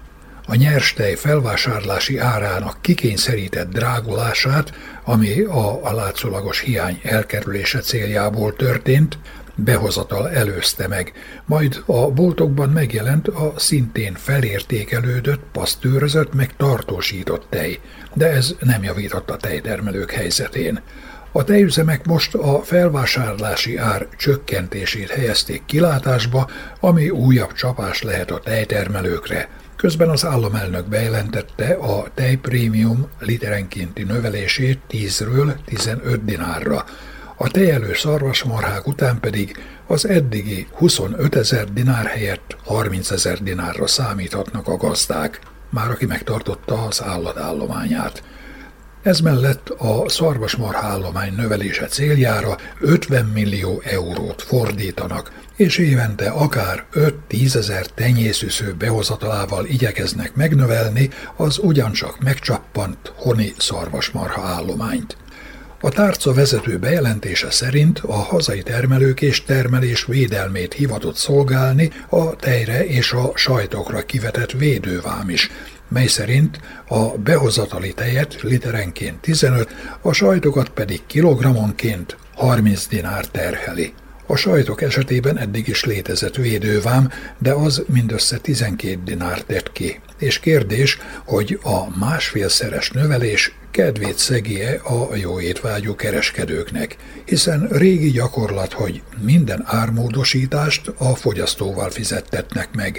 A nyerstej felvásárlási árának kikényszerített drágulását, ami a, a látszólagos hiány elkerülése céljából történt, behozatal előzte meg, majd a boltokban megjelent a szintén felértékelődött, pasztőrözött meg tartósított tej, de ez nem javított a tejtermelők helyzetén. A tejüzemek most a felvásárlási ár csökkentését helyezték kilátásba, ami újabb csapás lehet a tejtermelőkre. Közben az államelnök bejelentette a tejprémium literenkénti növelését tízről tizenöt dinárra. A tejelő szarvasmarhák után pedig az eddigi huszonötezer dinár helyett harmincezer dinárra számíthatnak a gazdák, már aki megtartotta az állatállományát. Ez mellett a szarvasmarha állomány növelése céljára ötven millió eurót fordítanak, és évente akár öt-tízezer tenyészűsző behozatalával igyekeznek megnövelni az ugyancsak megcsappant honi szarvasmarha állományt. A tárca vezető bejelentése szerint a hazai termelők és termelés védelmét hivatott szolgálni a tejre és a sajtokra kivetett védővám is, mely szerint a behozatali tejet literenként tizenöt, a sajtokat pedig kilogrammonként harminc dinár terheli. A sajtok esetében eddig is létezett védővám, de az mindössze tizenkét dinár tett ki, és kérdés, hogy a másfélszeres növelés kedvét szegi-e a jó étvágyú kereskedőknek, hiszen régi gyakorlat, hogy minden ármódosítást a fogyasztóval fizettetnek meg.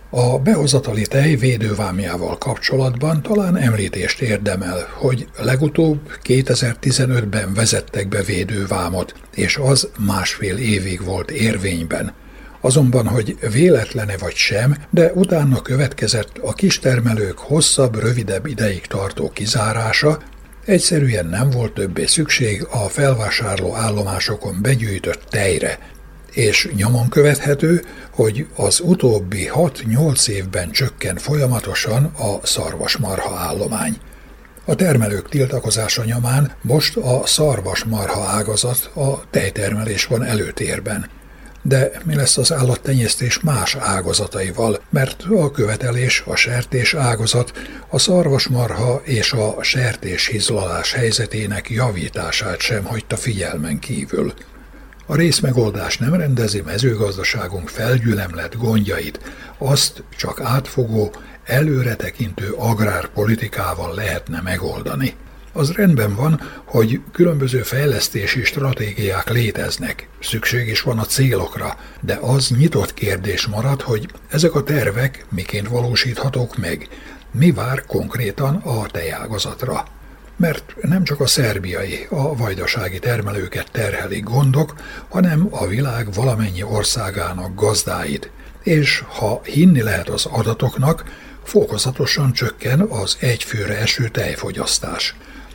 A behozatali tej védővámjával kapcsolatban talán említést érdemel, hogy legutóbb kétezer-tizenötben vezettek be védővámot, és az másfél évig volt érvényben. Azonban, hogy véletlene vagy sem, de utána következett a kistermelők hosszabb, rövidebb ideig tartó kizárása, egyszerűen nem volt többé szükség a felvásárló állomásokon begyűjtött tejre, és nyomon követhető, hogy az utóbbi hat-nyolc évben csökken folyamatosan a szarvasmarha állomány. A termelők tiltakozása nyomán most a szarvasmarha ágazat, a tejtermelés van előtérben. De mi lesz az állattenyésztés más ágazataival, mert a követelés, a sertés ágazat a szarvasmarha és a sertéshizlalás helyzetének javítását sem hagyta figyelmen kívül. A részmegoldás nem rendezi mezőgazdaságunk felgyülemlett gondjait, azt csak átfogó, előretekintő agrárpolitikával lehetne megoldani. Az rendben van, hogy különböző fejlesztési stratégiák léteznek, szükség is van a célokra, de az nyitott kérdés marad, hogy ezek a tervek miként valósíthatók meg, mi vár konkrétan a tejágazatra. Mert nem csak a szerbiai, a vajdasági termelőket terhelik gondok, hanem a világ valamennyi országának gazdáit, és ha hinni lehet az adatoknak, fokozatosan csökken az egyfőre eső tejfogyasztás.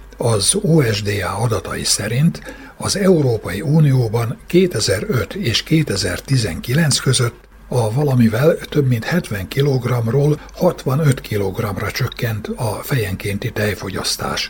Az o es dé á adatai szerint az Európai Unióban kétezer-öt és kétezer-tizenkilenc között a valamivel több mint hetven kilogrammról hatvanöt kilogramra csökkent a fejenkénti tejfogyasztás.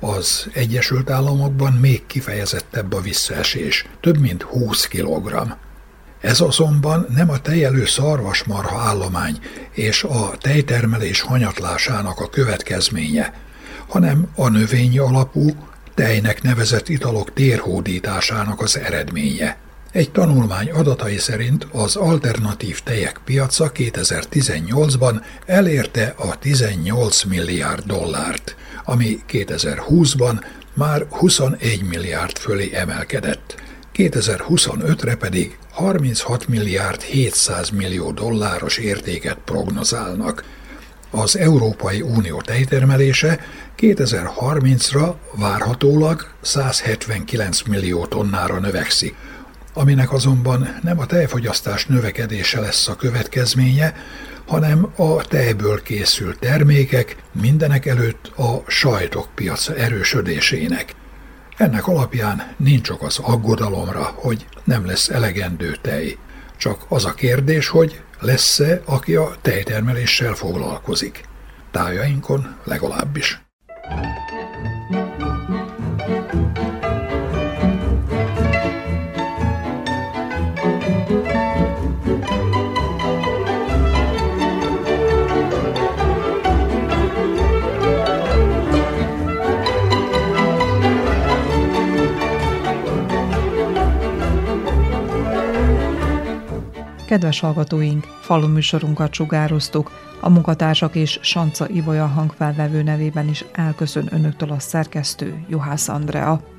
Az Egyesült Államokban még kifejezettebb a visszaesés, több mint húsz kilogramm. Ez azonban nem a tejelő szarvasmarha állomány és a tejtermelés hanyatlásának a következménye, hanem a növényi alapú, tejnek nevezett italok térhódításának az eredménye. Egy tanulmány adatai szerint az alternatív tejek piaca kétezer-tizennyolcban elérte a tizennyolc milliárd dollárt, ami kétezer-húszban már huszonegy milliárd fölé emelkedett. kétezer-huszonötre pedig harminchat milliárd hétszáz millió dolláros értéket prognozálnak. Az Európai Unió tejtermelése kétezer-harmincra várhatólag százhetvenkilenc millió tonnára növekszik, aminek azonban nem a tejfogyasztás növekedése lesz a következménye, hanem a tejből készült termékek, mindenek előtt a sajtok piaca erősödésének. Ennek alapján nincs ok az aggodalomra, hogy nem lesz elegendő tej. Csak az a kérdés, hogy lesz-e, aki a tejtermeléssel foglalkozik. Tájainkon legalábbis. Kedves hallgatóink, faluműsorunkat sugároztuk, a munkatársak és Sanca Ibolya hangfelvevő nevében is elköszön önöktől a szerkesztő, Juhász Andrea.